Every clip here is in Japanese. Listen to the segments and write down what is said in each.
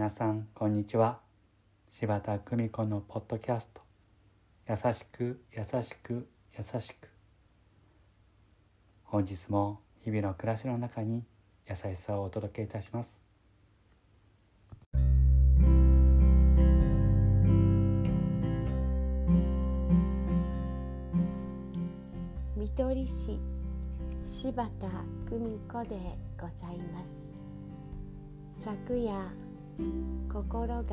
皆さんこんにちは。柴田久美子のポッドキャスト、優しく優しく優しく。本日も日々の暮らしの中に優しさをお届けいたします。 看取り師柴田久美子でございます。昨夜心が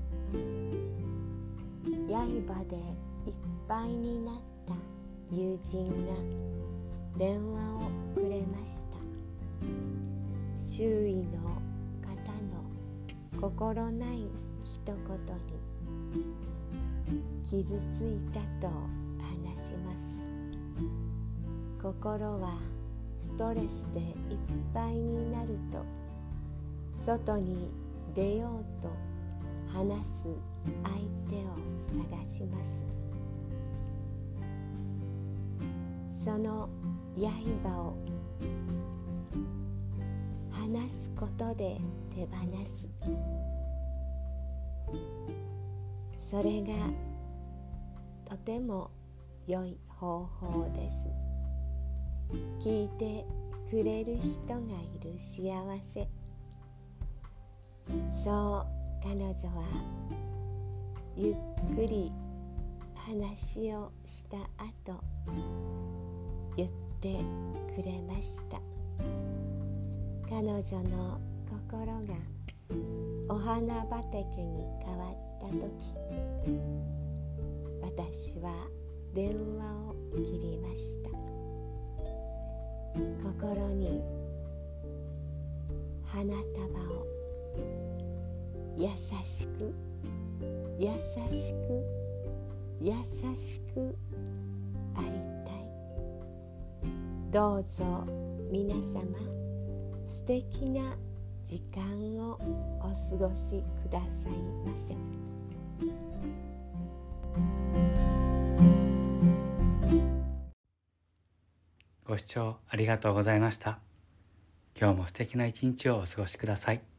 刃でいっぱいになった友人が電話をくれました。周囲の方の心ない一言に傷ついたと話します。心はストレスでいっぱいになると、外に出ようと話す相手を探します。その刃を離すことで手放す。それがとても良い方法です。聞いてくれる人がいる幸せ。そう彼女はゆっくり話をした後言ってくれました。彼女の心がお花畑に変わった時、私は電話を切りました。心に花束を優しく優しく優しくありたい。どうぞ皆様、素敵な時間をお過ごしくださいませ。 ご視聴ありがとうございました。今日も素敵な一日をお過ごしください。